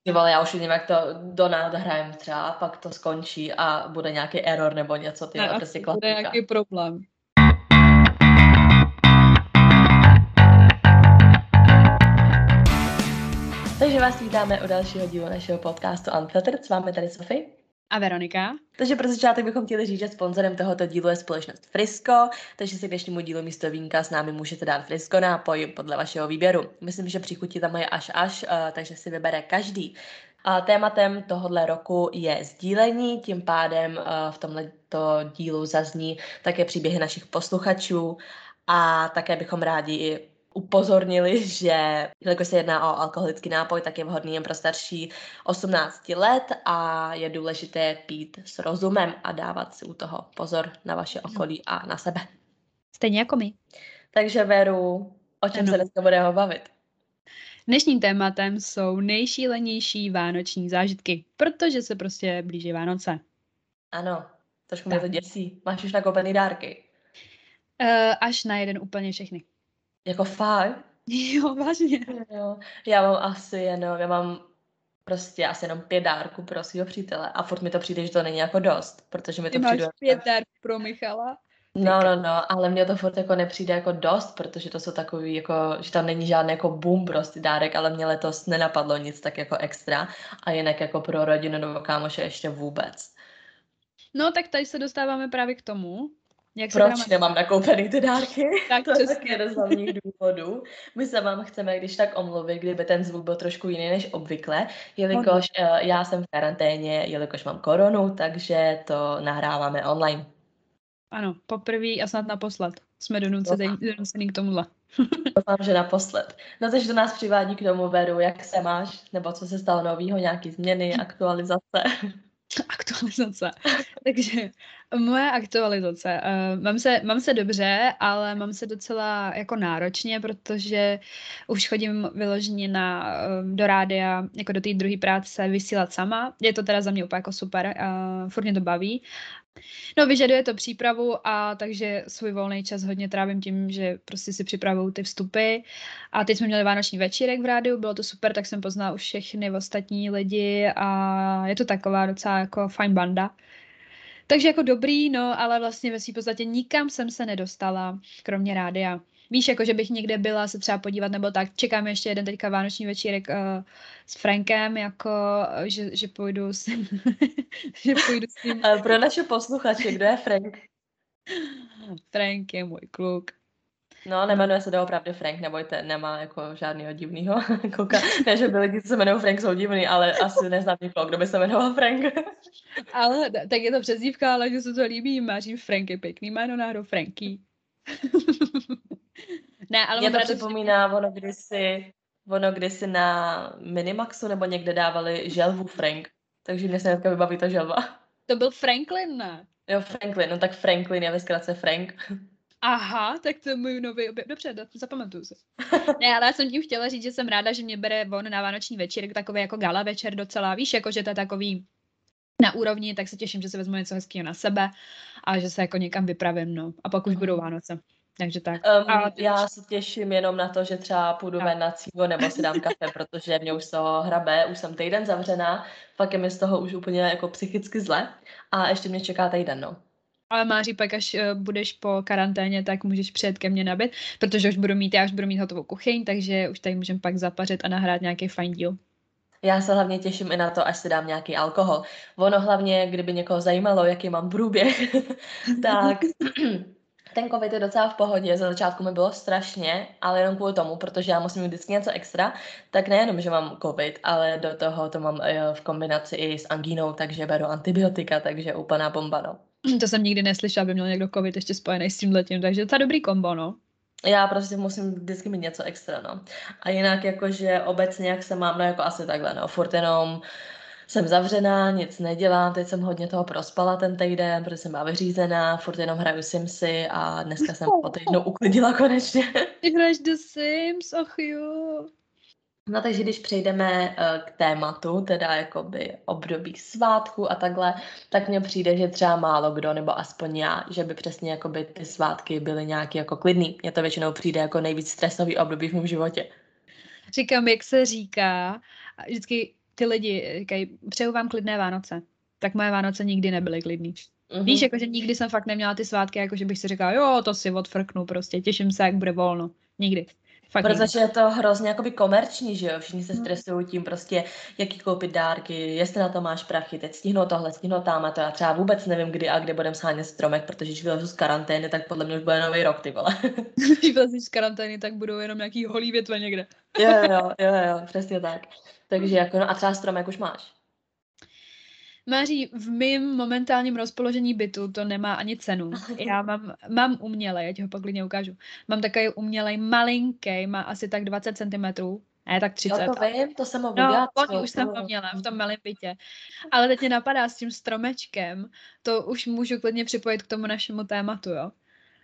Ty vole, já už vidím, jak to hrajeme třeba a pak to skončí a bude nějaký error nebo něco, ty vole, A prostě to bude klasika. nějaký problém. Takže vás vítáme u dalšího dílu našeho podcastu Unfiltered. S vámi tady Sofie. A Veronika? Takže pro začátek bychom chtěli říct, že sponzorem tohoto dílu je společnost Frisco, takže si k dnešnímu dílu místo vínka s námi můžete dát Frisco nápoj podle vašeho výběru. Myslím, že příchutí tam je až, takže si vybere každý. A tématem tohohle roku je sdílení, tím pádem v tomto dílu zazní také příběhy našich posluchačů a také bychom rádi i upozornili, že jelikož se jedná o alkoholický nápoj, tak je vhodný jen pro starší 18 let a je důležité pít s rozumem a dávat si u toho pozor na vaše okolí a na sebe. Stejně jako my. Takže Veru, o čem se dneska budeme bavit? Dnešním tématem jsou nejšílenější vánoční zážitky, protože se prostě blíží Vánoce. Ano, trošku mě to děsí. Máš už nakoupený dárky? Až na jeden úplně všechny. Jako fakt? Jo, vážně. Jo. Já mám prostě asi jenom 5 dárků pro svého přítele a furt mi to přijde, že to není jako dost, protože mi Ty to máš přijde... 5 dárků pro Michala? No, ale mně to furt jako nepřijde jako dost, protože to jsou takový jako, že tam není žádný jako boom prostě dárek, ale mě letos nenapadlo nic tak jako extra a jinak jako pro rodinu nebo kámoše ještě vůbec. No, tak tady se dostáváme právě k tomu, jak Proč se nemám nakoupený ty dárky? Tak To je přesně. taky jeden z hlavních důvodů. My se vám chceme, když tak omluvit, kdyby ten zvuk byl trošku jiný než obvykle, jelikož já jsem v karanténě, jelikož mám koronu, takže to nahráváme online. Ano, poprvé a snad naposled jsme donucený k tomuhle. Doufám, že naposled. No takže to nás přivádí k tomu, Veru, jak se máš, nebo co se stalo novýho, nějaký změny, aktualizace? Aktualizace. Takže moje aktualizace. Mám se dobře, ale mám se docela jako náročně, protože už chodím vyloženě do rádia, jako do té druhé práce vysílat sama. Je to teda za mě úplně jako super, furt mě to baví. No, vyžaduje to přípravu a takže svůj volný čas hodně trávím tím, že prostě si připravuju ty vstupy. A teď jsme měli vánoční večírek v rádiu, bylo to super, tak jsem poznala už všechny ostatní lidi a je to taková docela jako fajn banda. Takže jako dobrý, no, ale vlastně ve svým podstatě nikam jsem se nedostala, kromě rádia. Víš, jako že bych někde byla se třeba podívat, nebo tak. Čekám ještě jeden teďka vánoční večírek s Frankem, jako, že půjdu s že půjdu s ním. Pro naše posluchače, kdo je Frank? Frank je můj kluk. No, nemenuje se doopravdy Frank, nebojte, nemá jako žádnýho divnýho kluka. Ne, že by lidi, co se jmenují Frank, jsou divný, ale asi neznám nikoho, kdo by se jmenoval Frank. Ale tak je to přezdívka, ale že se to líbí. Máří Frank je pěkný jméno, náhodou Franky. Ne, ale mě to připomíná, ono kdysi na Minimaxu nebo někde dávali želvu Frank, takže mě se hnedka vybaví ta želva. To byl Franklin, ne? Jo, Franklin, no tak Franklin je ve zkratce Frank. Aha, tak to je můj nový objev. Dobře, zapamatuju si. Ne, ale já jsem tím chtěla říct, že jsem ráda, že mě bere on na vánoční večírek, takový jako gala večer docela, víš, jako že to je takový na úrovni, tak se těším, že se vezmu něco hezkého na sebe a že se jako někam vypravím, no. A pak už budou Vánoce. Takže tak. Já se těším jenom na to, že třeba půjdu ven na cívo nebo si dám kafe, protože mě už z toho hrabe, už jsem týden zavřená, fakt je mi z toho už úplně jako psychicky zle a ještě mě čeká týden, no. Ale Máří, pak až budeš po karanténě, tak můžeš přijet ke mně na byt, protože já už budu mít hotovou kuchyň, takže už tady můžeme pak zapařit a nahrát nějaký fajn díl. Já se hlavně těším i na to, až si dám nějaký alkohol. Ono hlavně, kdyby někoho zajímalo, jaký mám průběh, tak ten covid je docela v pohodě. Za začátku mi bylo strašně, ale jenom kvůli tomu, protože já musím mít vždycky něco extra, tak nejenom, že mám covid, ale do toho to mám v kombinaci i s angínou, takže beru antibiotika, takže úplná bomba, no. To jsem nikdy neslyšela, aby měl někdo covid ještě spojený s tímhletím, takže to je dobrý kombo, no. Já prostě musím vždycky mít něco extra, no. A jinak jakože obecně, jak se mám, no jako asi takhle, no. Furt jenom jsem zavřená, nic nedělám, teď jsem hodně toho prospala ten týden, protože jsem byla vyřízená, furt jenom hraju Simsy a dneska jsem po týdnu uklidila konečně. Ty hraješ The Sims, ach jo. No takže když přejdeme k tématu, teda jakoby období svátku a takhle, tak mně přijde, že třeba málo kdo, nebo aspoň já, že by přesně jakoby ty svátky byly nějaký jako klidný. Mně to většinou přijde jako nejvíc stresový období v mém životě. Říkám, jak se říká, vždycky ty lidi říkají, přeju vám klidné Vánoce. Tak moje Vánoce nikdy nebyly klidný. Víš, jakože nikdy jsem fakt neměla ty svátky, jakože bych si říkala, jo, to si odfrknu prostě, těším se, jak bude volno. Nikdy. Fakt nikdy. Protože je to hrozně jakoby komerční, že jo? Všichni se stresují tím prostě, jaký koupit dárky, jestli na to máš prachy, teď stihnout tohle, stihnout tam a to. Já třeba vůbec nevím, kdy a kde budem shánět stromek, protože když vylezu z karantény, tak podle mě už bude nový rok, ty vole. Když vylezíš z karantény, tak budou jenom nějaký holý větve někde. Jo, přesně tak. Takže jako, no a třeba stromek už máš. Máří, v mém momentálním rozpoložení bytu to nemá ani cenu. Já mám umělej, já ti ho pak klidně ukážu. Mám takový umělej malinký, má asi tak 20 cm, ne tak 30. Jo, to vím, to jsem ho No, viděla. už jsem ho měla v tom malém bytě. Ale teď mě napadá s tím stromečkem, to už můžu klidně připojit k tomu našemu tématu, jo.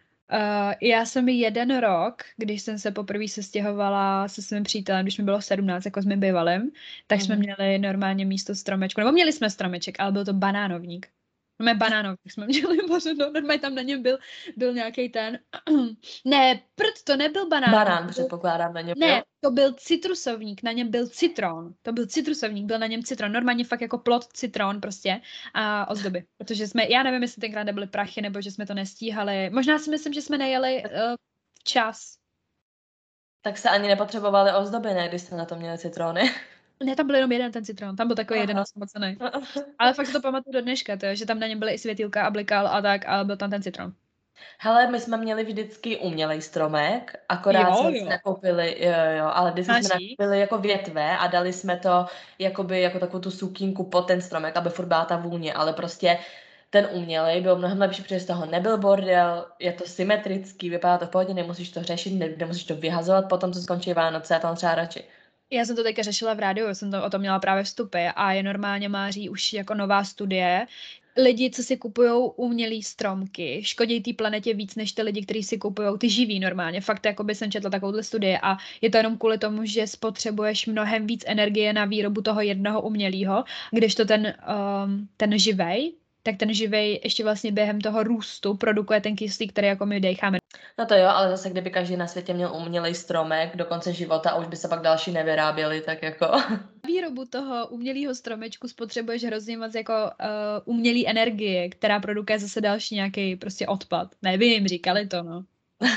Já jsem 1 rok, když jsem se poprvé sestěhovala se svým přítelem, když mi bylo 17, jako s mým bývalým, tak jsme měli normálně místo stromečku, nebo měli jsme stromeček, ale byl to banánovník. No, banánovník jsme měli, bože, no, normálně tam na něm byl nějaký ten, ne, to nebyl banánovník. Banán, předpokládám na něm. Ne, to byl citrusovník, na něm byl citron. To byl citrusovník, byl na něm citron. Normálně fakt jako plod citron prostě a ozdoby. Protože já nevím, jestli tenkrát nebyly prachy, nebo že jsme to nestíhali. Možná si myslím, že jsme nejeli včas. Tak se ani nepotřebovali ozdoby, ne, když jste na to měli citrony. Ne, tam byl jenom jeden ten citron, tam byl takový jeden osamocený. Ale fakt to pamatuju do dneška, že tam na něm byly i světýlka a blikal a tak, ale byl tam ten citron. Hele, my jsme měli vždycky umělej stromek, akorát jsme si nakoupili, ale vždycky jsme nakoupili jako větve a dali jsme to jakoby, jako takovou tu sukínku pod ten stromek, aby furt byla ta vůně, ale prostě ten umělej byl mnohem lepší, protože z toho nebyl bordel, je to symetrický, vypadá to v pohodě, nemusíš to řešit, nemusíš to vyhazovat potom, co skončí Vánoce, a tam třeba radši. Já jsem to teďka řešila v rádiu, jsem o tom měla právě vstupy a je normálně, Máří, už jako nová studie. Lidi, co si kupujou umělý stromky, škodí té planetě víc, než ty lidi, kteří si kupují ty živý normálně. Fakt, jako by jsem četla takovouhle studii a je to jenom kvůli tomu, že spotřebuješ mnohem víc energie na výrobu toho jednoho umělého, kdežto ten živej, tak ten živej ještě vlastně během toho růstu produkuje ten kyslík, který jako my decháme. No to jo, ale zase kdyby každý na světě měl umělej stromek do konce života a už by se pak další nevyráběli, tak jako... Výrobu toho umělého stromečku spotřebuješ hrozně moc jako umělý energie, která produkuje zase další nějaký prostě odpad. Nevím, říkali to, no.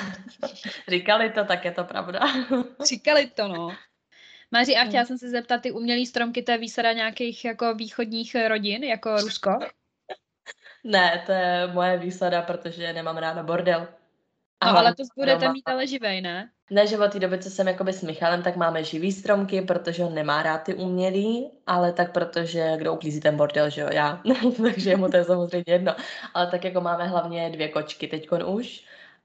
Říkali to, tak je to pravda. Říkali to, no. Máří, a chtěla jsem se zeptat, ty umělý stromky, to je výsada nějakých jako východních rodin, jako Rusko? Ne, to je moje výsada, protože nemám ráda bordel. No, ale to budete mít ale živej, ne? Ne, že od té doby, co jsem jakoby s Michalem, tak máme živý stromky, protože on nemá rád ty umělý, ale tak protože kdo uklízí ten bordel, že jo, já. Takže mu to je samozřejmě jedno. Ale tak jako máme hlavně 2 kočky teďkon už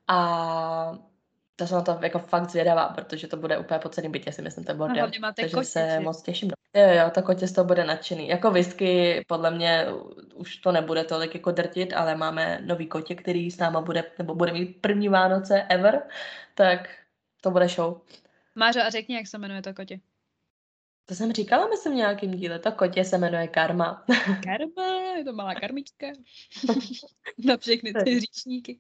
a to jsem na to jako fakt zvědavá, protože to bude úplně po celém bytě, si myslím, ten bordel. Hlavně máte takže kočici. se moc těším. Jo, to kotě z toho bude nadšený. Jako whisky, podle mě už to nebude tolik jako drtit, ale máme nový kotě, který s náma bude mít první Vánoce ever, tak to bude show. Mářo, a řekni, jak se jmenuje to kotě. To jsem říkala, myslím, v nějakým díle. To kotě se jmenuje Karma. Karma, je to malá karmička. Na všechny ty říčníky.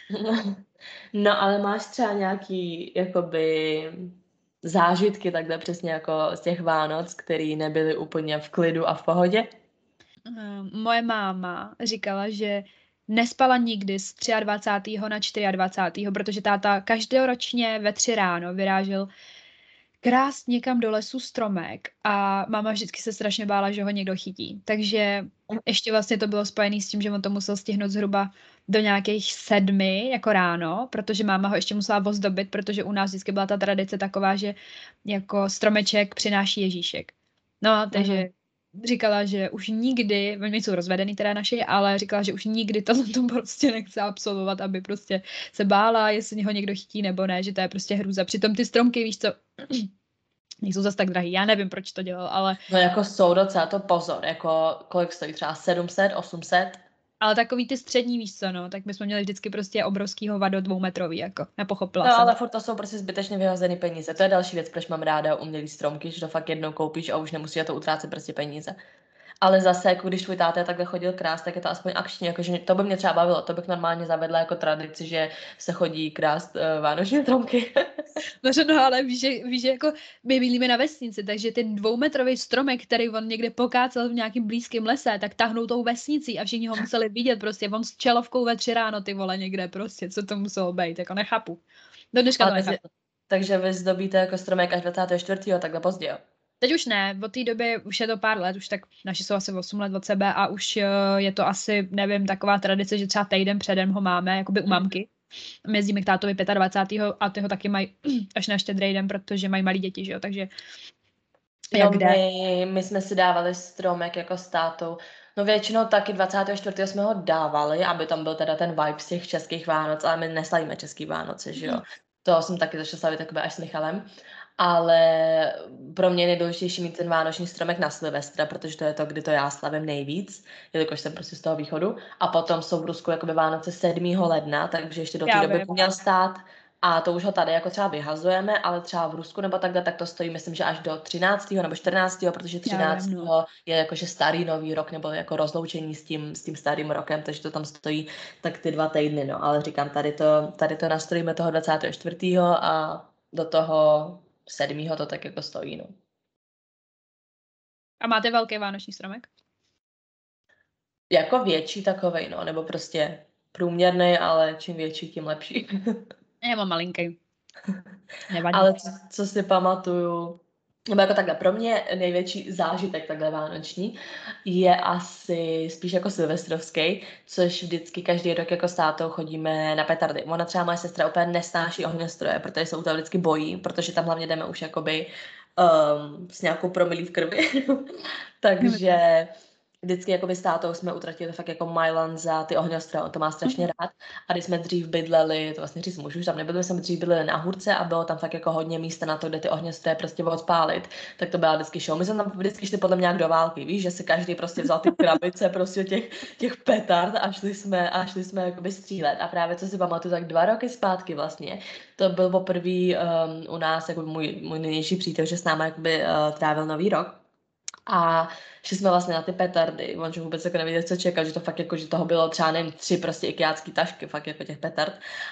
No, ale máš třeba nějaký, jakoby, zážitky takhle přesně jako z těch Vánoc, které nebyly úplně v klidu a v pohodě? Moje máma říkala, že nespala nikdy z 23. na 24., protože táta každoročně ve 3 ráno vyrážel krást někam do lesu stromek a máma vždycky se strašně bála, že ho někdo chytí. Takže ještě vlastně to bylo spojené s tím, že on to musel stihnout zhruba do nějakých 7 jako ráno, protože máma ho ještě musela ozdobit, protože u nás vždycky byla ta tradice taková, že jako stromeček přináší Ježíšek. No, takže říkala, že už nikdy, oni jsou rozvedený teda naši, ale říkala, že už nikdy to prostě nechce absolvovat, aby prostě se bála, jestli ho někdo chytí nebo ne, že to je prostě hrůza. Přitom ty stromky, víš co, nejsou zase tak drahý, já nevím, proč to dělal, ale... No jako jsou docela, to pozor, jako kolik stojí třeba 700, 800? Ale takový ty střední, víš co, no, tak bychom měli vždycky prostě obrovský hovado 2metrový, jako, nepochopila jsem. No, ale furt to jsou prostě zbytečně vyhozený peníze. To je další věc, proč mám ráda umělý stromky, že to fakt jednou koupíš a už nemusíš na to utrácet prostě peníze. Ale zase, jako když tvůj táta takhle chodil krást, tak je to aspoň akční, jakože to by mě třeba bavilo, to bych normálně zavedla jako tradici, že se chodí krást vánoční stromky. No, ale víš, že jako my bydlíme na vesnici, takže ten 2metrový stromek, který on někde pokácel v nějakým blízkém lese, tak tahnou tou vesnicí a všichni ho museli vidět prostě. On s čelovkou ve 3 ráno, ty vole, někde prostě, co to muselo být, jako nechápu. Do dneška Ale to nechápu. takže vy zdobíte jako stromek až 24. takhle pozdě, jo? Teď už ne, od té doby už je to pár let, už tak naši jsou asi 8 let od sebe a už je to asi, nevím, taková tradice, že třeba týden předem ho máme, jakoby u mamky. My jezdíme k tátovi 25. a ty ho taky mají až na Štědrý den, protože mají malí děti, že jo, takže No my jsme si dávali stromek jako s tátou. No většinou taky 24. jsme ho dávali, aby tam byl teda ten vibe z těch českých Vánoc, ale my neslavíme český Vánoce, že jo. To jsem taky začala slavit takové až s Michalem. Ale pro mě je nejdůležitější mít ten vánoční stromek na Silvestra, protože to je to, kdy to já slavím nejvíc, jelikož jsem prostě z toho východu. A potom jsou v Rusku jakoby Vánoce 7. ledna, takže ještě do té doby by měl stát. A to už ho tady jako třeba vyhazujeme, ale třeba v Rusku nebo takhle, tak to stojí, myslím, že až do 13. nebo 14., protože 13. je jakože starý nový rok, nebo jako rozloučení s tím starým rokem, takže to tam stojí tak ty 2 týdny, no. Ale říkám, tady to nastrojíme toho 24. a do toho 7. to tak jako stojí, no. A máte velký vánoční stromek? Jako větší takovej, no, nebo prostě průměrný, ale čím větší, tím lepší. Já mám malinký. Nevadí. Ale co si pamatuju, nebo jako takhle, pro mě největší zážitek takhle vánoční je asi spíš jako silvestrovský, což vždycky každý rok jako s tátou chodíme na petardy. Ona třeba moje sestra úplně nesnáší ohňostroje, protože se u toho vždycky bojí, protože tam hlavně jdeme už jakoby s nějakou promilí v krvi. Takže vždycky jakoby s tátou jsme utratili fakt jako Milan za ty ohňostroje, on to má strašně rád. A když jsme dřív bydleli, to vlastně říct můžu, tam nebyli, jsme dřív bydleli na Hůrce a bylo tam fakt jako hodně místa na to, kde ty ohňostroje prostě odpálit, tak to byla vždycky show. My jsme tam vždycky šli podle mě nějak do války, víš, že se každý prostě vzal ty krabice prostě těch petard a šli jsme jakoby střílet. A právě co si pamatuju, tak 2 roky zpátky vlastně, to byl poprvé u nás jako můj nejnější přítel, že s náma jakoby trávil nový rok. A šli jsme vlastně na ty petardy, on že vůbec jako nevěděl, co čekat, že to fakt jako, že toho bylo třeba nevím 3 prostě ikiácký tašky, fakt jako těch petard.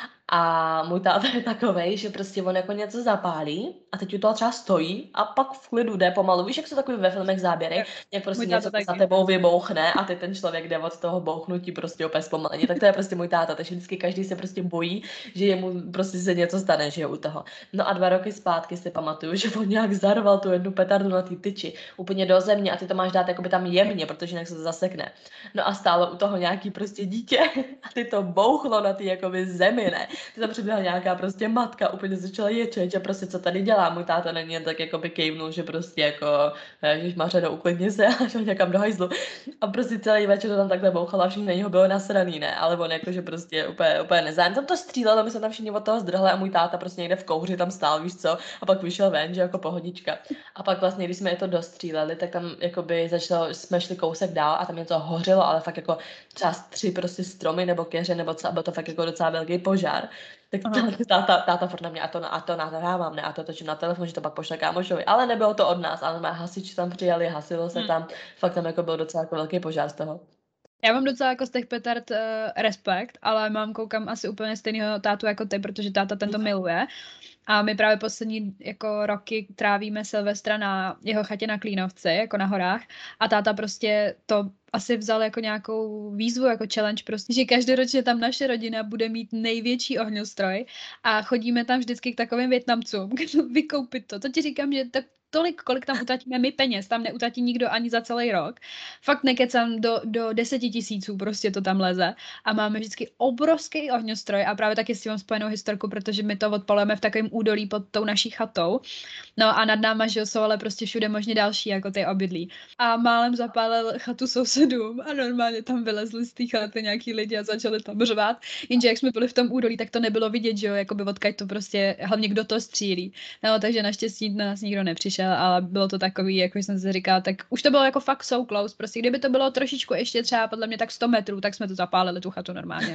A můj táta je takovej, že prostě on jako něco zapálí a teď u toho třeba stojí a pak v klidu jde pomalu. Víš, jak jsou takový ve filmech záběry, jak prostě něco za tebou vybouchne a teď ten člověk jde od toho bouchnutí prostě opět zpomaleně. Tak to je prostě můj táta, takže vždycky každý se prostě bojí, že jemu prostě se něco stane, že je u toho. No a 2 roky zpátky si pamatuju, že on nějak zarval tu jednu petardu na té tyči úplně do země a ty to máš dát jakoby tam jemně, protože jinak se to zasekne. No a stálo u toho nějaký prostě dítě a ty to bouchlo na ty jakoby zemi, ne? Ty tam přiběhla nějaká prostě matka, úplně začala ječet, že prostě co tady dělá. Můj táta na ně tak jako by kejvnul, že prostě jako ježišmaře, uklidni se a šel někam do hajzlu. A prostě celý večer to tam takhle bouchala, všichni na něho bylo nasraný, ne? Ale on jakože prostě úplně nezájem. Tam to střílelo, my jsme tam všichni od toho zdrhli a můj táta prostě někde v kouři tam stál, víš co? A pak vyšel ven, že jako pohodička. A pak vlastně, když jsme je to dostříleli, tak tam jakoby jsme šli kousek dál a tam něco hořelo, ale fakt jako třeba 3 prostě stromy nebo keře, nebo co, a byl to fakt jako docela velký požár. Tak táta furt na mě a to nahrávám, ne, a to točím na telefon, že to pak pošle kámošovi, ale nebylo to od nás, ale mé hasiči tam přijeli, hasilo se tam, fakt tam jako byl docela jako velký požár z toho. Já mám docela jako z těch petard respekt, ale koukám asi úplně stejného tátu jako ty, protože táta tento miluje. A my právě poslední jako roky trávíme Silvestra na jeho chatě na Klínovci, jako na horách. A táta prostě to asi vzal jako nějakou výzvu, jako challenge prostě, že každoročně tam naše rodina bude mít největší ohňostroj a chodíme tam vždycky k takovým Vietnamcům, vykoupit to. To ti říkám, že tak tolik, kolik tam utratíme my peněz, tam neutratí nikdo ani za celý rok. Fakt nekecám, do 10 000 prostě to tam leze a máme vždycky obrovský ohňostroj a právě taky s tím mám spojenou historku, protože my to odpalujeme v takovém údolí pod tou naší chatou. No a nad náma, že jsou ale prostě všude možně další, jako ty obydlí. A málem zapálil chatu sousedům a normálně tam vylezli z té chaty nějaký lidi a začali tam řvát. Jenže jak jsme byli v tom údolí, tak to nebylo vidět, že jo, jakoby odkud to prostě, hlavně kdo to střílí. No, takže naštěstí na nás nikdo nepřišel, ale bylo to takový, jako jsem si říkala, tak už to bylo jako fakt so close, prostě kdyby to bylo trošičku ještě třeba podle mě tak 100 metrů, tak jsme to zapálili tu chatu normálně, jako.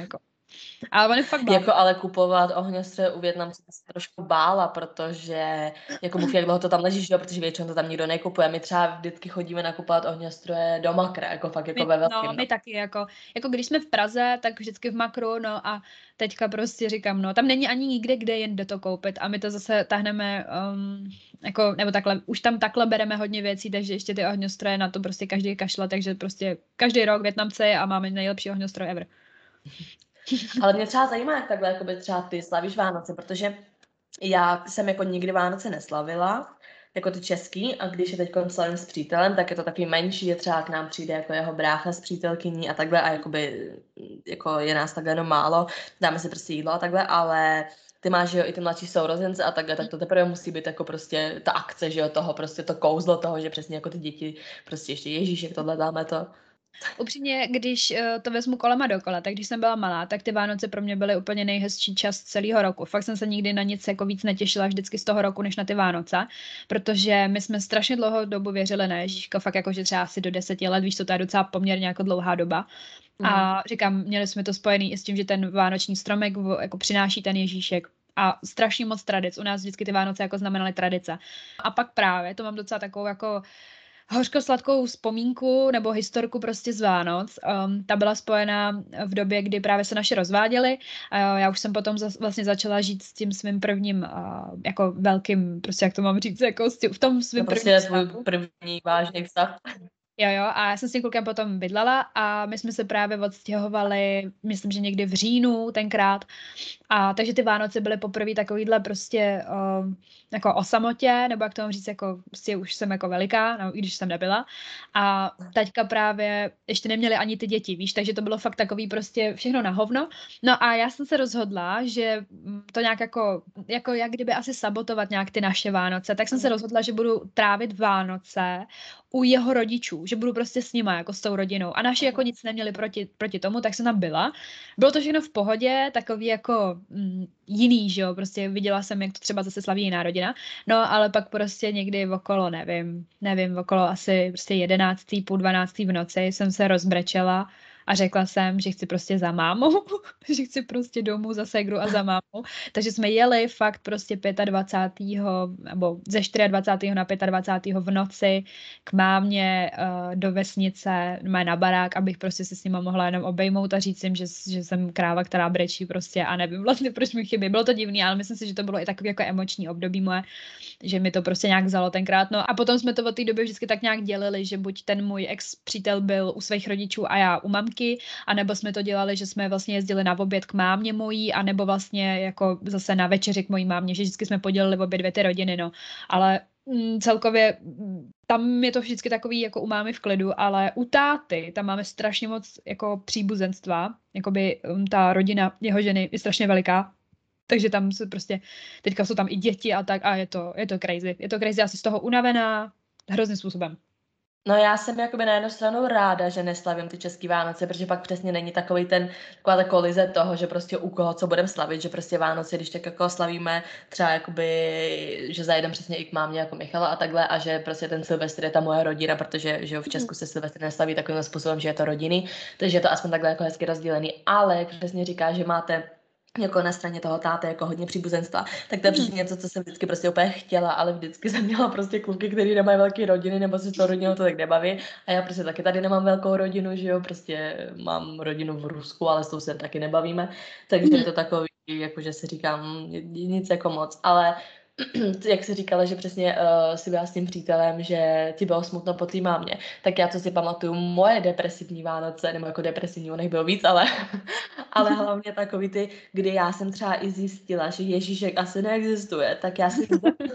Ale on je fakt Jako blázen. ale kupovat ohňostroje u Vietnamců jsem se trošku bála, protože jako bůh, jak dlouho to tam leží, že jo, protože většinou to tam nikdo nekupuje. My třeba vždycky chodíme nakupovat ohňostroje do Makra, jako fakt jako ve velkým, no. My taky, jako když jsme v Praze, tak vždycky v Makru, no a teďka prostě říkám, no, tam není ani nikde, kde jinde to koupit a my to zase táhneme, jako, nebo takhle, už tam takhle bereme hodně věcí, takže ještě ty ohňostroje na to prostě každý kašle, takže prostě každý rok Vietnamce a máme nejlepší ohňostroj ever. Ale mě třeba zajímá, jak takhle jakoby třeba ty slavíš Vánoce, protože já jsem jako nikdy Vánoce neslavila, jako ty český, a když je teď slavím s přítelem, tak je to takový menší, že třeba k nám přijde jako jeho brácha s přítelkyní a takhle a jakoby, jako je nás takhle jenom málo, dáme si prostě jídlo a takhle, ale ty máš, že jo, i ty mladší sourozence a takhle, tak to teprve musí být jako prostě ta akce, že jo, toho prostě to kouzlo toho, že přesně jako ty děti, prostě ještě Ježíšek, tohle dáme to. Upřímně, když to vezmu kolema dokola, tak když jsem byla malá, tak ty Vánoce pro mě byly úplně nejhezčí čas celého roku. Fakt jsem se nikdy na nic jako víc netěšila vždycky z toho roku, než na ty Vánoce, protože my jsme strašně dlouhou dobu věřili na Ježíška, fakt jakože třeba asi do 10 let, víš, to je docela poměrně jako dlouhá doba. A říkám, měli jsme to spojený i s tím, že ten vánoční stromek jako přináší ten Ježíšek. A strašně moc tradic. U nás vždycky ty Vánoce jako znamenaly tradice. A pak právě, to mám docela takovou jako hořko-sladkou vzpomínku nebo historku prostě z Vánoc. Ta byla spojená v době, kdy právě se naše rozváděli. Já už jsem potom vlastně začala žít s tím svým prvním jako velkým, prostě jak to mám říct, jako v tom svým prvním svůj první vážný vztah. Jo, a já jsem s tím klukem potom bydlela a my jsme se právě odstěhovali, myslím, že někdy v říjnu tenkrát. A takže ty Vánoce byly poprvé takovýhle prostě jako o samotě, nebo jak to mám říct, jako prostě už jsem jako veliká, no, i když jsem nebyla. A teďka právě ještě neměli ani ty děti, víš, takže to bylo fakt takový prostě všechno na hovno. No a já jsem se rozhodla, že to nějak jako jak kdyby asi sabotovat nějak ty naše Vánoce, tak jsem se rozhodla, že budu trávit Vánoce u jeho rodičů, že budu prostě s nima, jako s tou rodinou. A naši jako nic neměli proti tomu, tak jsem tam byla. Bylo to všechno v pohodě, takový jako jiný, že jo, prostě viděla jsem, jak to třeba zase slaví jiná rodina, no ale pak prostě někdy okolo, nevím, okolo asi prostě 11. půl 12. v noci jsem se rozbrečela a řekla jsem, že chci prostě za mámou, že chci prostě domů za ségru a za mámou. Takže jsme jeli fakt prostě 25. nebo ze 24. na 25. v noci k mámě do vesnice, na barák, abych prostě se s nima mohla jenom obejmout a říct jim, že jsem kráva, která brečí prostě a nevím vlastně, proč mi chybí. Bylo to divný, ale myslím si, že to bylo i takový jako emoční období moje, že mi to prostě nějak vzalo tenkrát. No a potom jsme to od té doby vždycky tak nějak dělili, že buď ten můj ex-přítel byl u svých rodičů a já u mamky, anebo jsme to dělali, že jsme vlastně jezdili na oběd k mámě mojí, anebo vlastně jako zase na večeři k mojí mámě, že vždycky jsme podělili obě dvě ty rodiny, no. Ale celkově tam je to vždycky takový jako u mámy v klidu, ale u táty tam máme strašně moc jako příbuzenstva, jakoby ta rodina jeho ženy je strašně veliká, takže tam se prostě, teďka jsou tam i děti a tak a je to crazy. Je to crazy, já jsem z toho unavená hrozným způsobem. No já jsem jakoby na jednu stranu ráda, že neslavím ty český Vánoce, protože pak přesně není taková ta kolize toho, že prostě u koho co budeme slavit, že prostě Vánoce, když tak jako slavíme třeba jakoby, že zajedem přesně i k mámě jako Michala a takhle a že prostě ten Silvestr je ta moje rodina, protože že jo, v Česku se Silvestr neslaví takovým způsobem, že je to rodiny, takže je to aspoň takhle jako hezky rozdělený, ale jak přesně říká, že máte jako na straně toho táty jako hodně příbuzenstva, tak to je přesně něco, co jsem vždycky prostě úplně chtěla, ale vždycky jsem měla prostě kluky, který nemají velké rodiny, nebo se s tou rodinou to tak nebaví a já prostě taky tady nemám velkou rodinu, že jo, prostě mám rodinu v Rusku, ale s tou se taky nebavíme, takže je to takový, jakože si říkám, nic jako moc, ale jak jsi říkala, že přesně si byla s tím přítelem, že ti bylo smutno po té mámě, tak já co si pamatuju, moje depresivní Vánoce, nebo jako depresivní, nech bylo víc, ale hlavně takový ty, kdy já jsem třeba i zjistila, že Ježíšek asi neexistuje, tak já si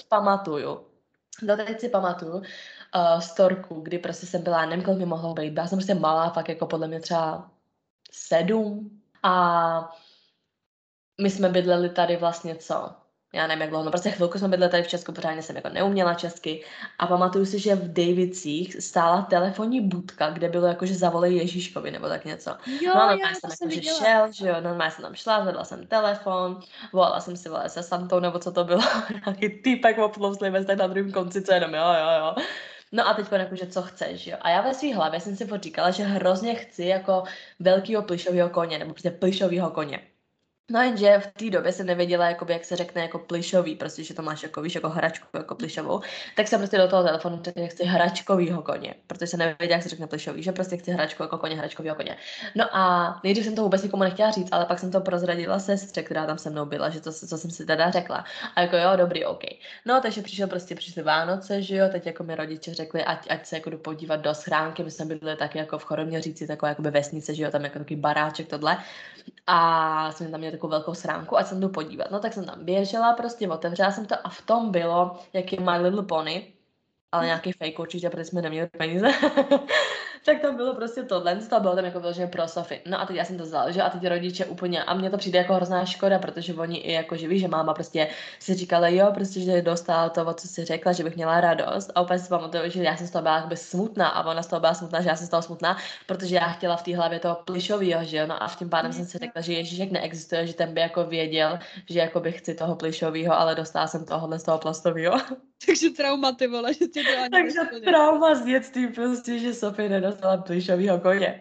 doteď si pamatuju storku, kdy prostě jsem byla, nevím, kolik mi mohlo být, byla jsem prostě malá, fakt jako podle mě třeba 7 a my jsme bydleli tady vlastně já nevím, jak dlouho, no prostě chvilku jsme bydleli tady v Česku, pořádně jsem jako neuměla česky a pamatuju si, že v Davicích stála telefonní budka, kde bylo jako, že zavolej Ježíškovi nebo tak něco. Jo, no a já normálně to jsem jsem jako, že viděla. šel, že jo, normálně jsem tam šla, zvedla jsem telefon, volala jsem si se Santou nebo co to bylo, nějaký týpek obtlouslý bez tak na druhém konci, co jenom jo. No a teď jakože co chceš, jo. A já ve svý hlavě jsem si furt říkala, že hrozně chci jako velkýho plyšového koně, nebo prostě plyšového koně. No jenže v té době jsem nevěděla, jakoby, jak se řekne jako plyšový, prostě, že to máš jako, víš, jako hračku, jako plyšovou, tak jsem prostě do toho telefonu řekla, že chci hračkovýho koně, protože jsem nevěděla, jak se řekne plyšový, že prostě chci hračku jako koně, hračkovýho koně. No a nejdřív jsem to vůbec nikomu nechtěla říct, ale pak jsem to prozradila sestře, která tam se mnou byla, že to, co jsem si teda řekla. A jako jo, dobrý, OK. No, takže přišly Vánoce, že jo, teď jako mi rodiče řekli, ať se jako jdu podívat do schránky, my jsme byli taky jako v Choroměříci, taková jakoby vesnice, že jo, tam jako takový baráček, tohle. A jsme tam měli takovou velkou schránku a jsem jdu podívat. No tak jsem tam běžela, prostě otevřela jsem to a v tom bylo, jak je My Little Pony, ale nějaký fake určitě, protože jsme neměli peníze. Tak tam bylo prostě tohle, to bylo tam jako vyloženě pro Sofy. No a teď já jsem to vzala, že a teď rodiče úplně, a mně to přijde jako hrozná škoda, protože oni i jako, že víš, že máma prostě si říkala, jo, prostě, že dostala to, co si řekla, že bych měla radost. A úplně si pamatuju, že já jsem z toho byla jakoby smutná a ona z toho byla smutná, že já jsem z toho smutná, protože já chtěla v té hlavě toho plyšovýho, že jo, no a v tím pádem jsem si řekla, že Ježíšek neexistuje, že ten by jako věděl, že jako bych chci toho plyšovýho, ale dostala jsem tohohle z toho plastového. Takže trauma, ty vole, že tě to ani Takže nesplně. trauma z dětství prostě, že Sofie nedostala plyšovýho koně.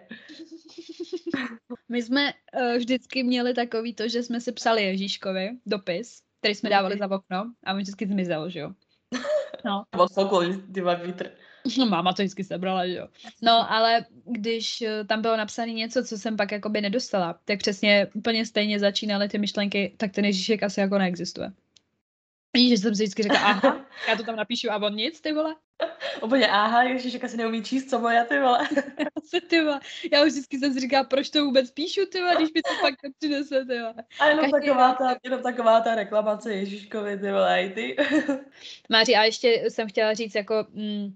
My jsme vždycky měli takový to, že jsme si psali Ježíškovi dopis, který jsme dávali za okno a on vždycky zmizel, že jo. No. Nebo sokol, ty vítr. No, máma to vždycky sebrala, že jo. No, ale když tam bylo napsané něco, co jsem pak jakoby nedostala, tak přesně úplně stejně začínaly ty myšlenky, tak ten Ježíšek asi jako neexistuje. Víš, že jsem si vždycky řekla, aha, já to tam napíšu a on nic, ty vole. Úplně aha, Ježíšek asi neumí číst, co moje, ty vole. Ty vole. Já už vždycky jsem si říkala, proč to vůbec píšu, ty vole, když mi to pak nepřinese, ty vole. A jenom taková ta reklamace Ježíškovi, ty vole, i ty. Máři, a ještě jsem chtěla říct, jako,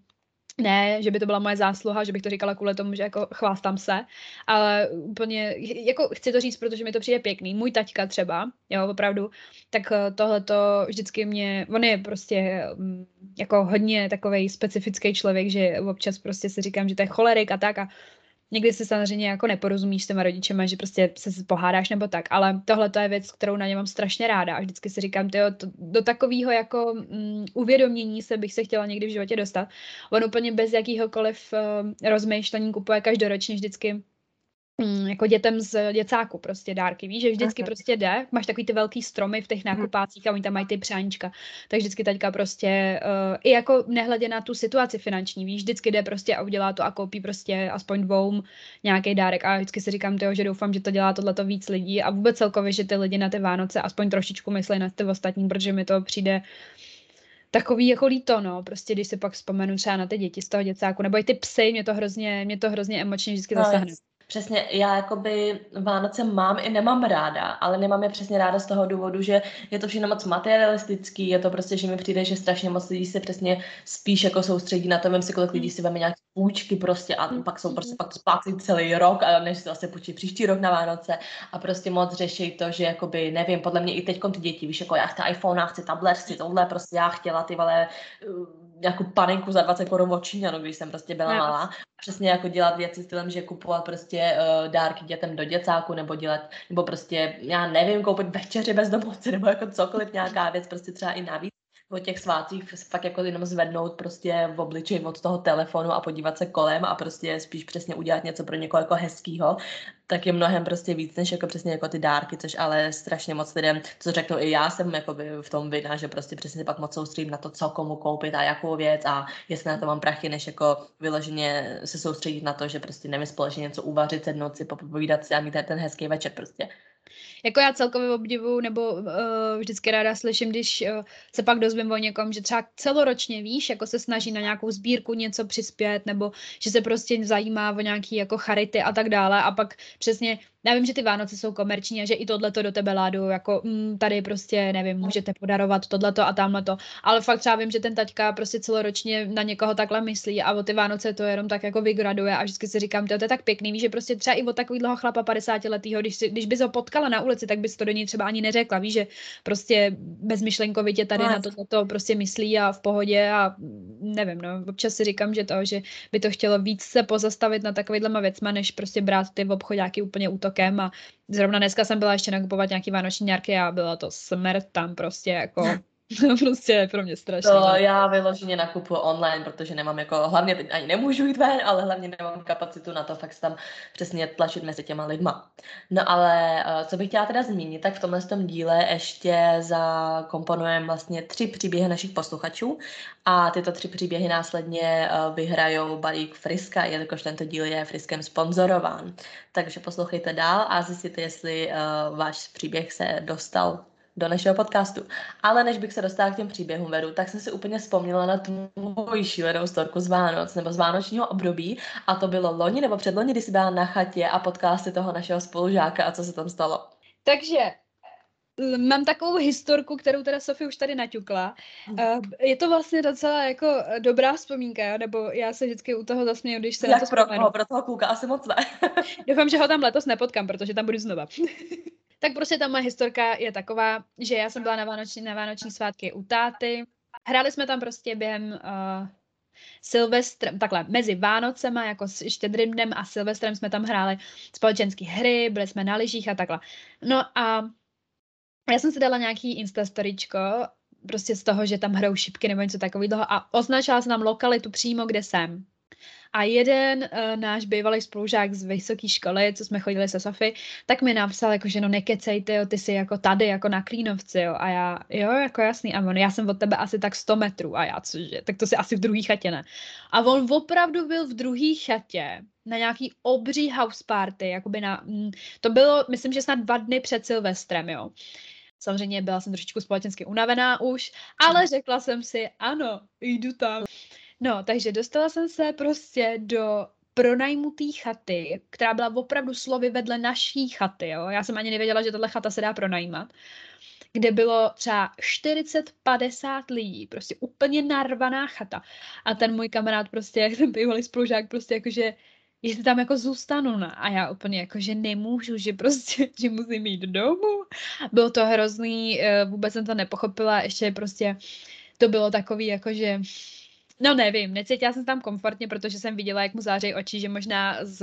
ne, že by to byla moje zásluha, že bych to říkala kvůli tomu, že jako chvástám se, ale úplně, jako chci to říct, protože mi to přijde pěkný. Můj taťka třeba, jo, opravdu, tak tohleto vždycky on je prostě jako hodně takovej specifický člověk, že občas prostě si říkám, že to je cholerik a tak a někdy se samozřejmě jako neporozumíš s těma rodičema, že prostě se pohádáš nebo tak, ale tohle to je věc, kterou na ně mám strašně ráda a vždycky si říkám, do takového jako uvědomění se bych se chtěla někdy v životě dostat. On úplně bez jakýhokoliv rozmýšlení kupuje každoročně vždycky jako dětem z děcáku prostě dárky, víš, že vždycky prostě jde, máš takový ty velký stromy v těch nákupácích a oni tam mají ty přáníčka, tak vždycky taťka prostě i jako nehledě na tu situaci finanční, víš, vždycky jde prostě a udělá to a koupí prostě aspoň 2 nějaký dárek a vždycky si říkám, že doufám, že to dělá tohleto víc lidí a vůbec celkově, že ty lidi na ty Vánoce aspoň trošičku myslí na ty ostatní, protože mi to přijde takový jako líto, no, prostě když si pak vzpomenu třeba na ty děti z toho děcáku, nebo i ty psy, mě to hrozně emočně vždycky zasáhne. Přesně, já jakoby Vánoce mám i nemám ráda, ale nemám je přesně ráda z toho důvodu, že je to všechno moc materialistický, je to prostě, že mi přijde, že strašně moc lidí se přesně spíš jako soustředí na to, vím si, kolik lidí si veme nějaké půjčky prostě a pak jsou prostě pak to splácí celý rok a než si zase půjčí příští rok na Vánoce a prostě moc řeší to, že jakoby, nevím, podle mě i teďkom ty děti, víš, jako já chci iPhone, já chci tablet, chci tohle, prostě já chtěla ty vole nějakou panenku za 20 korun od Číňanu, když jsem prostě byla malá. Přesně jako dělat věci stylem, že kupovat prostě dárky dětem do děcáku, nebo prostě, já nevím, koupit večeři bezdomovce, nebo jako cokoliv, nějaká věc, prostě třeba i navíc. O těch svátcích fakt jako jenom zvednout prostě v obličeji od toho telefonu a podívat se kolem a prostě spíš přesně udělat něco pro někoho jako hezkýho, tak je mnohem prostě víc, než jako přesně jako ty dárky, což ale strašně moc lidem, co řeknu i já jsem jako v tom vina, že prostě přesně pak moc soustředím na to, co komu koupit a jakou věc a jestli na to mám prachy, než jako vyloženě se soustředit na to, že prostě nevím společně něco uvařit, sednout si, popovídat si a mít ten hezký večer prostě. Jako já celkově obdivuju, nebo vždycky ráda slyším, když se pak dozvím o někom, že třeba celoročně, víš, jako se snaží na nějakou sbírku něco přispět, nebo že se prostě zajímá o nějaký jako charity a tak dále a pak přesně, já vím, že ty Vánoce jsou komerční a že i tohleto do tebe ládu, jako tady prostě, nevím, můžete podarovat tohleto a tamhleto, ale fakt třeba vím, že ten taťka prostě celoročně na někoho takhle myslí a o ty Vánoce to jenom tak jako vygraduje a vždycky si říkám, to je tak pěkný, víš, že prostě třeba i od takovýhleho chlapa 50letýho, když bys ho potkala na ulici, tak bys to do něj třeba ani neřekla, víš, že prostě bezmyšlenkovitě tady na to prostě myslí a v pohodě a nevím, no, občas si říkám, že by to chtělo víc se pozastavit na takovýhlema věcma, než prostě brát ty v obchodáky úplně útokem a zrovna dneska jsem byla ještě nakupovat nějaký vánoční dárky a byla to smrt tam prostě jako No prostě je pro mě strašný. To já vyloženě nakupuju online, protože nemám jako, hlavně teď ani nemůžu jít ven, ale hlavně nemám kapacitu na to fakt se tam přesně tlačit mezi těma lidma. No ale co bych chtěla teda zmínit, tak v tomhle tom díle ještě zakomponujeme vlastně 3 příběhy našich posluchačů a tyto 3 příběhy následně vyhrajou balík Friska, jelikož tento díl je Friskem sponzorován. Takže poslouchejte dál a zjistíte, jestli váš příběh se dostal do našeho podcastu. Ale než bych se dostala k těm příběhům vedu, tak jsem si úplně vzpomněla na tu moji šílenou storku z Vánoc nebo z vánočního období a to bylo loni nebo předloni, kdy jsi byla na chatě a potkala si toho našeho spolužáka a co se tam stalo. Takže mám takovou historku, kterou teda Sofie už tady naťukla. Je to vlastně docela jako dobrá vzpomínka, nebo já se vždycky u toho zasměju, když se na to vzpomenu. Pro toho kluka asi moc ne. Doufám, že ho tam letos nepotkám, protože tam budu znova. Tak prostě ta moje historka je taková, že já jsem byla na vánoční svátky u táty. Hráli jsme tam prostě během Silvestrem, takhle, mezi Vánocema, jako Štědrým dnem a Silvestrem jsme tam hráli společenské hry, byli jsme na lyžích a takhle. No a já jsem si dala nějaký Instastoryčko, prostě z toho, že tam hrajou šipky nebo něco takového a označila jsem tam lokalitu přímo, kde jsem. A jeden náš bývalý spolužák z vysoké školy, co jsme chodili se Sofy, tak mi napsal, jako, že no nekecej, jo, ty jsi jako tady, jako na Klínovci, jo. A já, jo, jako jasný, a on, já jsem od tebe asi tak 100 metrů. A já, cože, tak to si asi v druhý chatě, ne? A on opravdu byl v druhý chatě na nějaký obří house party, jakoby to bylo, myslím, že snad 2 dny před Silvestrem, jo. Samozřejmě byla jsem trošičku společensky unavená už, ale řekla jsem si, ano, jdu tam. No, takže dostala jsem se prostě do pronajmutý chaty, která byla opravdu slovy vedle naší chaty, jo. Já jsem ani nevěděla, že tahle chata se dá pronajímat, kde bylo třeba 40-50 lidí, prostě úplně narvaná chata. A ten můj kamarád prostě, ten bývalý spolužák, prostě jakože, jestli tam jako zůstanu, ne? A já úplně jako, že nemůžu, že prostě, že musím jít domů. Bylo to hrozný, vůbec jsem to nepochopila, ještě prostě to bylo takový jako, že no nevím, necítila jsem tam komfortně, protože jsem viděla, jak mu září oči, že možná z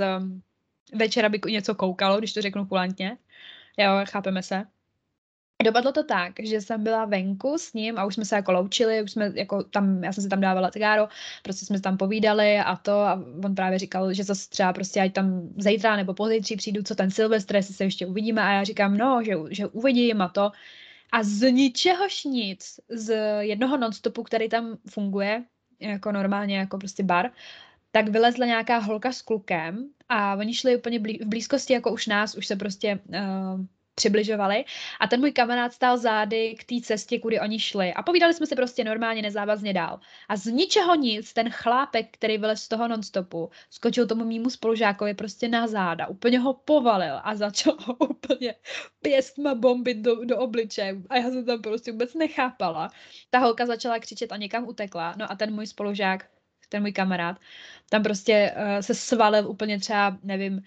večera by něco koukalo, když to řeknu kulantně. Jo, chápeme se. Dopadlo to tak, že jsem byla venku s ním a už jsme se jako loučili, už jsme jako tam, já jsem si tam dávala cigáro, prostě jsme tam povídali a to a on právě říkal, že zase třeba prostě ať tam zítra nebo pozítří přijdu, co ten Silvestr, jestli se ještě uvidíme a já říkám, no, že uvidím a to. A z ničehož nic, z jednoho nonstopu, který tam funguje, jako normálně, jako prostě bar, tak vylezla nějaká holka s klukem a oni šli úplně v blízkosti jako už nás, už se prostě přibližovali a ten můj kamarád stál zády k té cestě, kudy oni šli a povídali jsme si prostě normálně nezávazně dál. A z ničeho nic ten chlápek, který vylez z toho nonstopu, skočil tomu mýmu spolužákovi prostě na záda, úplně ho povalil a začal ho úplně pěstma bombit do obličeje a já jsem tam prostě vůbec nechápala. Ta holka začala křičet a někam utekla, no a ten můj spolužák, ten můj kamarád, tam prostě se svalil úplně třeba, nevím,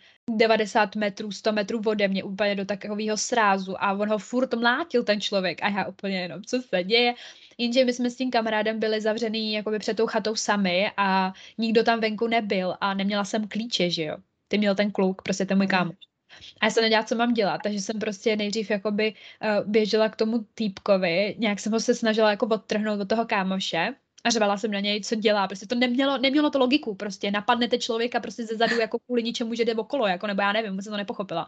90 metrů, 100 metrů ode mě, úplně do takového srázu a on ho furt mlátil ten člověk a já úplně jenom, co se děje. Jenže my jsme s tím kamarádem byli zavřený jakoby před tou chatou sami a nikdo tam venku nebyl a neměla jsem klíče, že jo. Ty měl ten kluk, prostě ten můj kámoš. A já jsem nedělala, co mám dělat, takže jsem prostě nejdřív jakoby běžela k tomu týpkovi, nějak jsem ho se snažila jako odtrhnout od toho kámoše a řvala jsem na něj, co dělá, prostě to nemělo to logiku, prostě napadnete člověka prostě ze zadu jako kvůli ničemu, že jde okolo, jako nebo já nevím, jsem to nepochopila.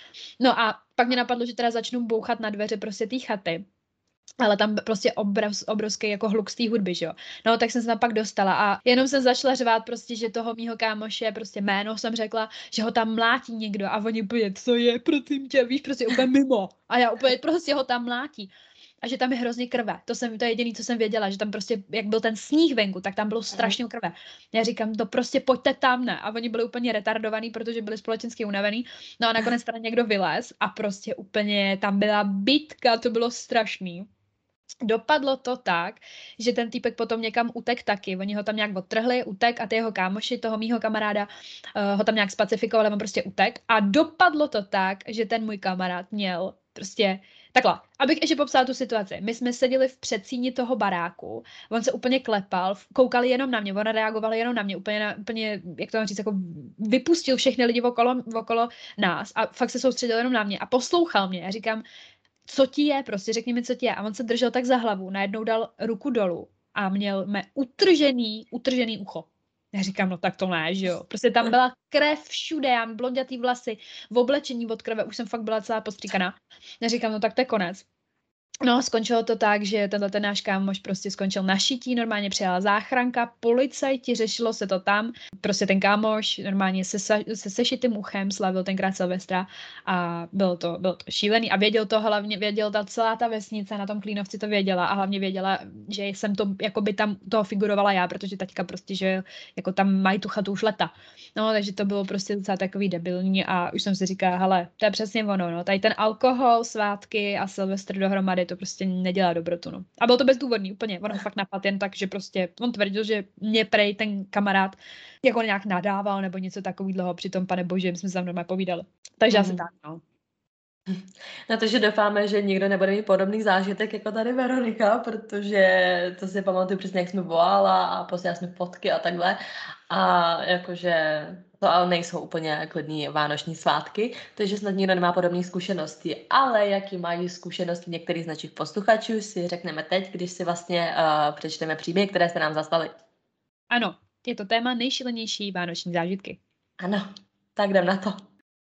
No a pak mě napadlo, že teda začnu bouchat na dveře prostě té chaty. Ale tam prostě obrovský jako hluk z té hudby, že jo. No, tak jsem se tam pak dostala a jenom jsem začala řvát prostě, že toho mýho kámoše, prostě jméno jsem řekla, že ho tam mlátí někdo a oni úplně, co je, prosím tě, víš, prostě úplně mimo. A já úplně prostě ho tam mlátí. A že tam je hrozně krve. To je jediné, co jsem věděla, že tam prostě, jak byl ten sníh venku, tak tam bylo strašně krve. Já říkám, to prostě pojďte tam, ne. A oni byli úplně retardovaní, protože byli společensky unavený. No a nakonec teda někdo vylez a prostě úplně tam byla bitka, to bylo strašný. Dopadlo to tak, že ten týpek potom někam utek taky. Oni ho tam nějak odtrhli, utek a ty jeho kámoši, toho mýho kamaráda, ho tam nějak spacifikovali, on prostě utek. A dopadlo to tak, že ten můj kamarád měl prostě takhle, abych ještě popsala tu situaci. My jsme seděli v předsíni toho baráku, on se úplně klepal, koukal jenom na mě, on reagoval jenom na mě, úplně jak to mám říct, jako vypustil všechny lidi okolo nás a fakt se soustředil jenom na mě a poslouchal mě. Já říkám, co ti je, prostě řekni mi, co ti je. A on se držel tak za hlavu, najednou dal ruku dolů a měl mé utržený ucho. Já říkám, no tak to ne, že jo. Prostě tam byla krev všude, já mám blondětý vlasy, v oblečení od krve, už jsem fakt byla celá postříkaná. Já říkám, no tak to je konec. No, skončilo to tak, že ten náš kámoš prostě skončil na šití, normálně přijela záchranka, policajti, řešilo se to tam. Prostě ten kámoš normálně se sešitým uchem slavil tenkrát Silvestra a bylo to šílený. A věděl celá ta vesnice na tom Klínovci to věděla a hlavně věděla, že jsem to, jako by tam toho figurovala já, protože taťka prostě, že jako tam mají tu chatu už leta. No, takže to bylo prostě docela takový debilní a už jsem si říkala, hele, to je přesně ono, no, tady ten alkohol, svátky a Silvestr dohromady, to prostě nedělá dobrotu, no. A bylo to bezdůvodný, úplně, on ho fakt napadl jen tak, že prostě, on tvrdil, že mě prej ten kamarád jako nějak nadával nebo něco takového, přitom, pane bože, my jsme se tam normálně povídali. Takže asi tak, no. Na to, že doufáme, že nikdo nebude mít podobný zážitek jako tady Veronika, protože to si pamatuju přesně, jak jsme volala a posílali jsme fotky a takhle. A jakože to ale nejsou úplně klidný vánoční svátky, takže snad nikdo nemá podobné zkušenosti. Ale jaký mají zkušenosti některých z našich posluchačů, si řekneme teď, když si vlastně přečteme příběhy, které jste nám zaslali. Ano, je to téma nejšílenější vánoční zážitky. Ano, tak jdem na to.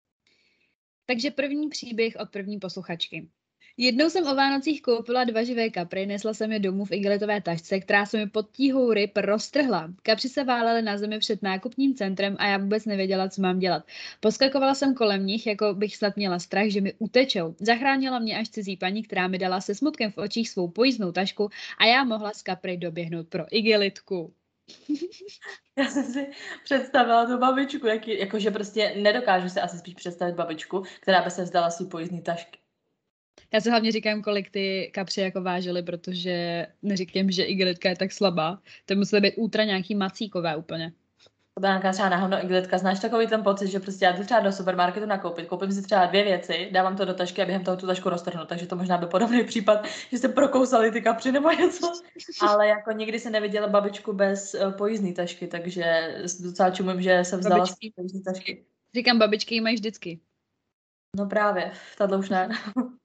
Takže první příběh od první posluchačky. Jednou jsem o Vánocích koupila 2 živé kapry, nesla jsem je domů v igelitové tašce, která se mi pod tíhou ryb roztrhla. Kapři se válely na zemi před nákupním centrem a já vůbec nevěděla, co mám dělat. Poskakovala jsem kolem nich, jako bych snad měla strach, že mi utečou. Zachránila mě až cizí paní, která mi dala se smutkem v očích svou pojízdnou tašku a já mohla z kapry doběhnout pro igelitku. Já jsem si představila tu babičku, jakože prostě nedokážu si asi spíš představit babičku, která by se vzdala svý pojízdný tašky. Já si hlavně říkám, kolik ty kapři jako vážily, protože neříkám, že igelitka je tak slabá. To musí být ultra nějaký macíkové úplně. To byla nějaká třeba náhodnou igelitka. Znáš takový ten pocit, že prostě já jdu třeba do supermarketu nakoupit, koupím si třeba 2 věci, dávám to do tašky a během toho tu tašku roztrhnu, takže to možná by podobný případ, že jste prokousali ty kapři nebo něco. Ale jako nikdy se neviděla babičku bez pojízdný tašky, takže docela čumím, že se vzdala z pojízdný tašky. Říkám, babičky ji mají vždycky. No právě, tato už ne.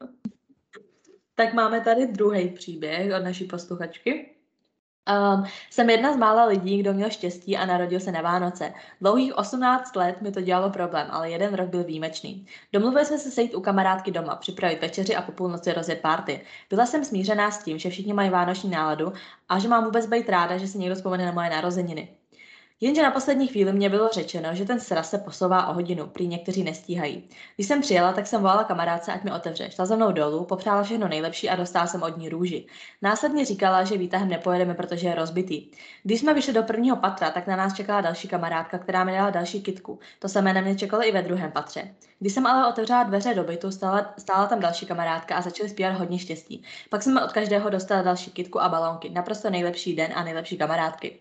Tak máme tady druhý příběh od naší posluchačky. Jsem jedna z mála lidí, kdo měl štěstí a narodil se na Vánoce. Dlouhých 18 let mi to dělalo problém, ale jeden rok byl výjimečný. Domluvili jsme se sejít u kamarádky doma, připravit večeři a po půlnoci rozjet party. Byla jsem smířená s tím, že všichni mají vánoční náladu a že mám vůbec být ráda, že si někdo vzpomene na moje narozeniny. Jenže na poslední chvíli mě bylo řečeno, že ten sraz se posouvá o hodinu, prý někteří nestíhají. Když jsem přijela, tak jsem volala kamarádce, ať mi otevře. Šla za mnou dolů, popřála všechno nejlepší a dostala jsem od ní růži. Následně říkala, že výtahem nepojedeme, protože je rozbitý. Když jsme vyšli do prvního patra, tak na nás čekala další kamarádka, která mi dala další kytku. To samé na mě čekalo i ve druhém patře. Když jsem ale otevřela dveře do bytu, stála tam další kamarádka a začali zpívat hodně štěstí. Pak jsme od každého dostali další kytku a balónky. Naprosto nejlepší den a nejlepší kamarádky.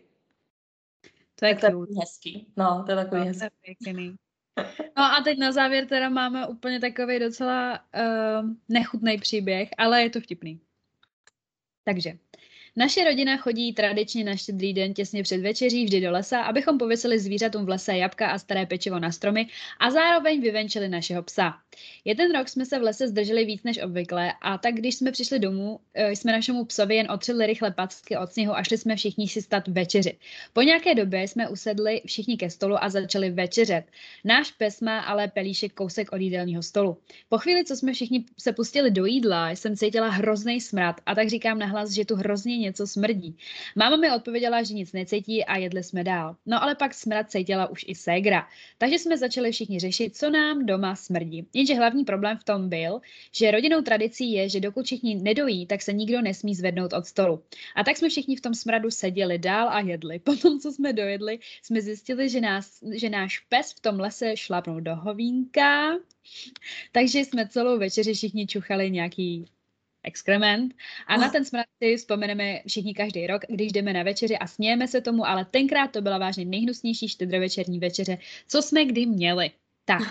To je hezký. No, to je takový hezký. No a teď na závěr teda máme úplně takový docela nechutný příběh, ale je to vtipný. Takže naše rodina chodí tradičně na Štědrý den těsně před večeří vždy do lesa, abychom pověsili zvířatům v lese jablka a staré pečivo na stromy a zároveň vyvenčili našeho psa. Jeden rok jsme se v lese zdrželi víc než obvykle a tak když jsme přišli domů, jsme našemu psovi jen otřeli rychle packy od sněhu a šli jsme všichni si stát večeři. Po nějaké době jsme usedli všichni ke stolu a začali večeřet. Náš pes má ale pelíšek kousek od jídelního stolu. Po chvíli, co jsme všichni se pustili do jídla, jsem cítila hrozný smrad a tak říkám nahlas, že tu hrozně něco smrdí. Máma mi odpověděla, že nic necítí a jedli jsme dál. No ale pak smrad cítila už i ségra. Takže jsme začali všichni řešit, co nám doma smrdí. Jenže hlavní problém v tom byl, že rodinnou tradicí je, že dokud všichni nedojí, tak se nikdo nesmí zvednout od stolu. A tak jsme všichni v tom smradu seděli dál a jedli. Potom, co jsme dojedli, jsme zjistili, že náš pes v tom lese šlápnul do hovínka. Takže jsme celou večeři všichni čuchali nějaký exkrement a na ten smrad si vzpomeneme všichni každý rok, když jdeme na večeři a smějeme se tomu, ale tenkrát to byla vážně nejhnusnější štědrovečerní večeře, co jsme kdy měli. Tak,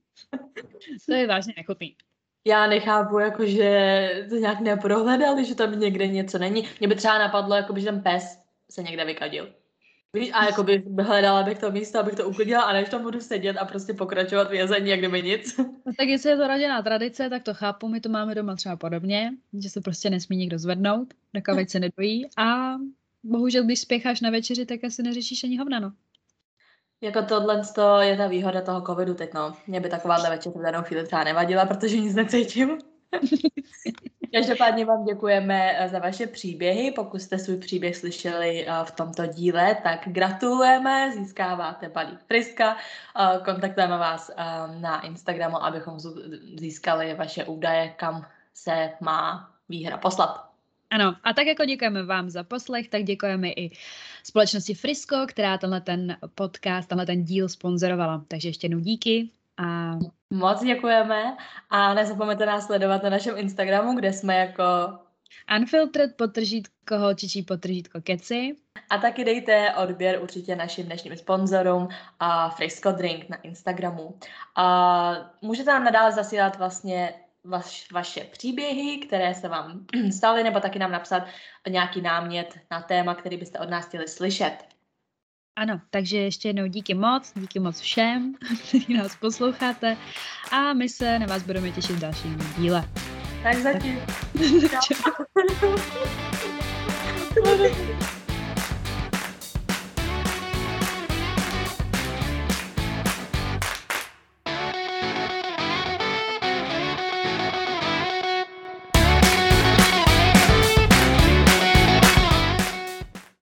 to je vážně nechutný. Já nechápu, jakože to nějak neprohledali, že tam někde něco není. Mě by třeba napadlo, jakoby, že ten pes se někde vykadil. Víš, a jako bych hledala bych to místo, abych to uklidila a než tam budu sedět a prostě pokračovat v jezení, jak kdyby nic. No tak jestli je to rodinná tradice, tak to chápu, my to máme doma třeba podobně, že se prostě nesmí nikdo zvednout, dokud se nedojí a bohužel, když spěcháš na večeři, tak asi neřešíš ani hovna, no. Jako tohle je ta výhoda toho covidu teď, no. Mě by takováhle večer v danou chvíli třeba nevadila, protože nic necítím. Každopádně vám děkujeme za vaše příběhy. Pokud jste svůj příběh slyšeli v tomto díle, tak gratulujeme, získáváte balík Friska. Kontaktujeme vás na Instagramu, abychom získali vaše údaje, kam se má výhra poslat. Ano, a tak jako děkujeme vám za poslech, tak děkujeme i společnosti Frisko, která tenhle ten podcast, tenhle ten díl sponzorovala. Takže ještě jednou díky. A moc děkujeme a nezapomeňte nás sledovat na našem Instagramu, kde jsme jako Unfiltered _holčičí_keci. A taky dejte odběr určitě našim dnešním sponzorům a Frisco Drink na Instagramu. A můžete nám nadále zasílat vlastně vaše příběhy, které se vám staly, nebo taky nám napsat nějaký námět na téma, který byste od nás chtěli slyšet. Ano, takže ještě jednou díky moc všem, kteří nás posloucháte a my se na vás budeme těšit v dalším díle. Tak zatím. Čau.